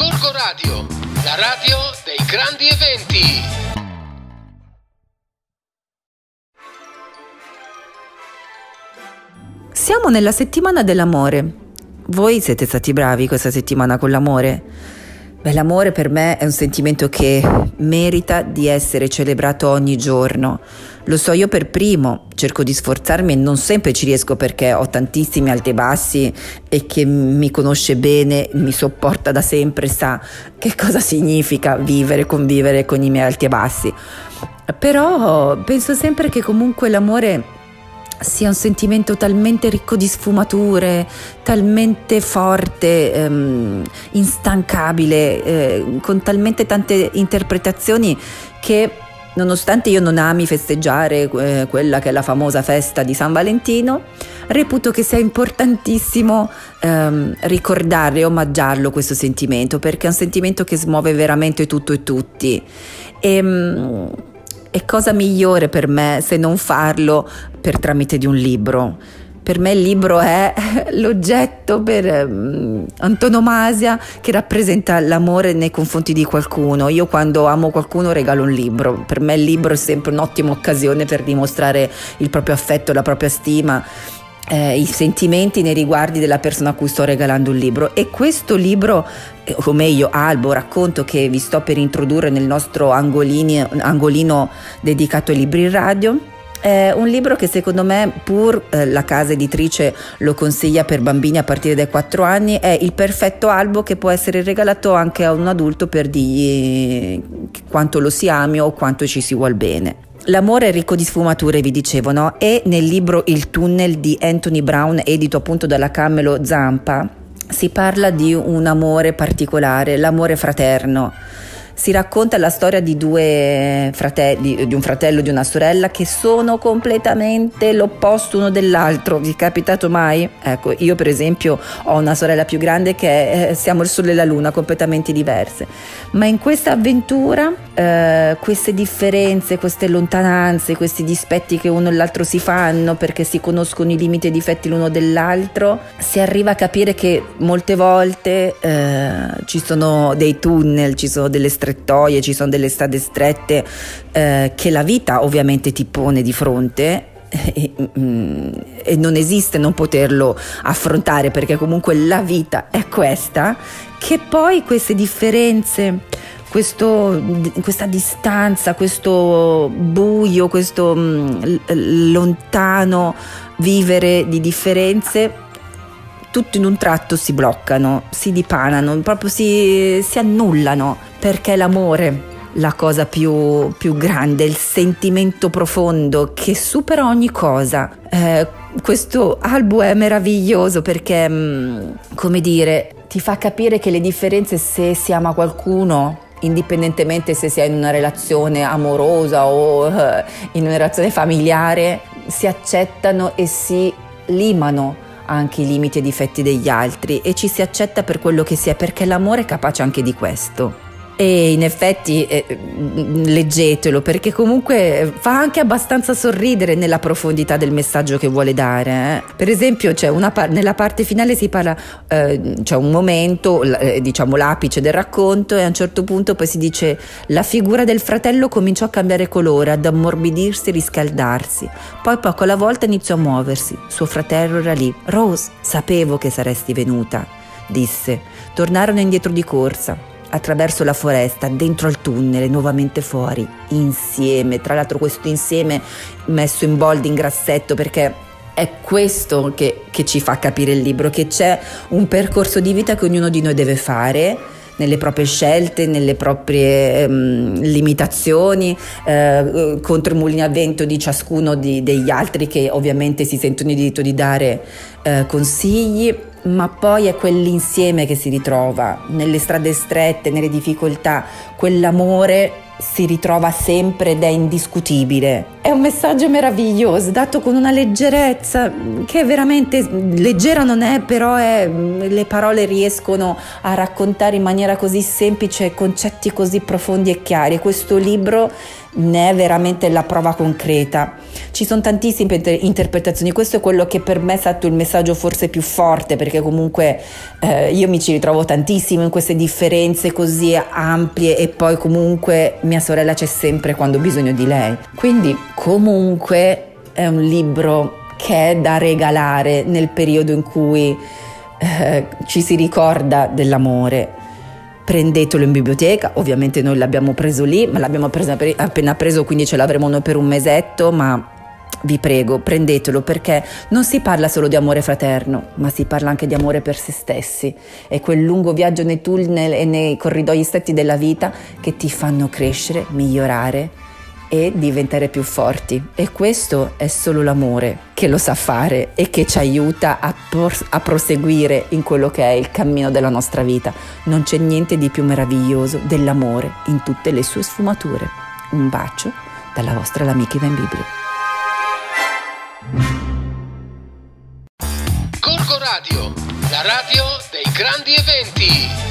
Gorgo Radio, la radio dei grandi eventi. Siamo nella settimana dell'amore. Voi siete stati bravi questa settimana con l'amore? Beh, l'amore per me è un sentimento che merita di essere celebrato ogni giorno. Lo so io per primo, cerco di sforzarmi e non sempre ci riesco perché ho tantissimi alti e bassi e chi mi conosce bene, mi sopporta da sempre, sa che cosa significa convivere con i miei alti e bassi. Però penso sempre che comunque l'amore sia un sentimento talmente ricco di sfumature, talmente forte, instancabile, con talmente tante interpretazioni che nonostante io non ami festeggiare quella che è la famosa festa di San Valentino, reputo che sia importantissimo ricordare e omaggiarlo questo sentimento, perché è un sentimento che smuove veramente tutto e tutti. E cosa migliore per me se non farlo per tramite di un libro? Per me il libro è l'oggetto per antonomasia che rappresenta l'amore nei confronti di qualcuno. Io quando amo qualcuno regalo un libro. Per me il libro è sempre un'ottima occasione per dimostrare il proprio affetto, la propria stima, i sentimenti nei riguardi della persona a cui sto regalando un libro. E questo libro, o meglio albo, racconto che vi sto per introdurre nel nostro angolino dedicato ai libri in radio, è un libro che secondo me, pur la casa editrice lo consiglia per bambini a partire dai 4 anni, è il perfetto albo che può essere regalato anche a un adulto per dirgli quanto lo si ami o quanto ci si vuol bene. L'amore è ricco di sfumature, vi dicevo, no? E nel libro Il tunnel di Anthony Brown, edito appunto dalla Camelo Zampa, si parla di un amore particolare, l'amore fraterno. Si racconta la storia di due fratelli, di un fratello e di una sorella che sono completamente l'opposto uno dell'altro. Vi è capitato mai? Ecco, io per esempio ho una sorella più grande che siamo il sole e la luna, completamente diverse. Ma in questa avventura queste differenze, queste lontananze, questi dispetti che uno e l'altro si fanno perché si conoscono i limiti e i difetti l'uno dell'altro, si arriva a capire che molte volte ci sono dei tunnel, ci sono delle strettoie, ci sono delle strade strette che la vita ovviamente ti pone di fronte e non esiste non poterlo affrontare, perché comunque la vita è questa, che poi queste differenze, questa distanza, questo buio, questo lontano vivere di differenze, tutto in un tratto si bloccano, si dipanano, proprio si annullano, perché l'amore, la cosa più grande, il sentimento profondo che supera ogni cosa. Questo albo è meraviglioso perché, come dire, ti fa capire che le differenze, se si ama qualcuno, indipendentemente se si è in una relazione amorosa o in una relazione familiare, si accettano e si limano anche i limiti e i difetti degli altri e ci si accetta per quello che si è, perché l'amore è capace anche di questo. E in effetti leggetelo, perché comunque fa anche abbastanza sorridere nella profondità del messaggio che vuole dare. Per esempio c'è nella parte finale si parla, c'è un momento, diciamo l'apice del racconto, e a un certo punto poi si dice: la figura del fratello cominciò a cambiare colore, ad ammorbidirsi e riscaldarsi, poi poco alla volta iniziò a muoversi. Suo fratello era lì. Rose, sapevo che saresti venuta, disse. Tornarono indietro di corsa, attraverso la foresta, dentro al tunnel e nuovamente fuori, insieme. Tra l'altro questo insieme messo in bold, in grassetto, perché è questo che ci fa capire il libro, che c'è un percorso di vita che ognuno di noi deve fare, nelle proprie scelte, nelle proprie limitazioni, contro i mulini a vento di ciascuno degli altri, che ovviamente si sentono in diritto di dare consigli, ma poi è quell'insieme che si ritrova nelle strade strette, nelle difficoltà. Quell'amore si ritrova sempre ed è indiscutibile. È un messaggio meraviglioso, dato con una leggerezza che veramente leggera non è, però le parole riescono a raccontare in maniera così semplice concetti così profondi e chiari. Questo libro ne è veramente la prova concreta. Ci sono tantissime interpretazioni, questo è quello che per me è stato il messaggio forse più forte, perché comunque io mi ci ritrovo tantissimo in queste differenze così ampie, e poi comunque mia sorella c'è sempre quando ho bisogno di lei. Quindi comunque è un libro che è da regalare nel periodo in cui ci si ricorda dell'amore. Prendetelo in biblioteca, ovviamente noi l'abbiamo preso lì, ma l'abbiamo appena preso, quindi ce l'avremo noi per un mesetto, ma vi prego, prendetelo, perché non si parla solo di amore fraterno, ma si parla anche di amore per se stessi. È quel lungo viaggio nei tunnel e nei corridoi stretti della vita che ti fanno crescere, migliorare e diventare più forti. E questo è solo l'amore che lo sa fare e che ci aiuta a proseguire in quello che è il cammino della nostra vita. Non c'è niente di più meraviglioso dell'amore in tutte le sue sfumature. Un bacio dalla vostra L'Amica Iva in Bibbia. Gorgo Radio, la radio dei grandi eventi.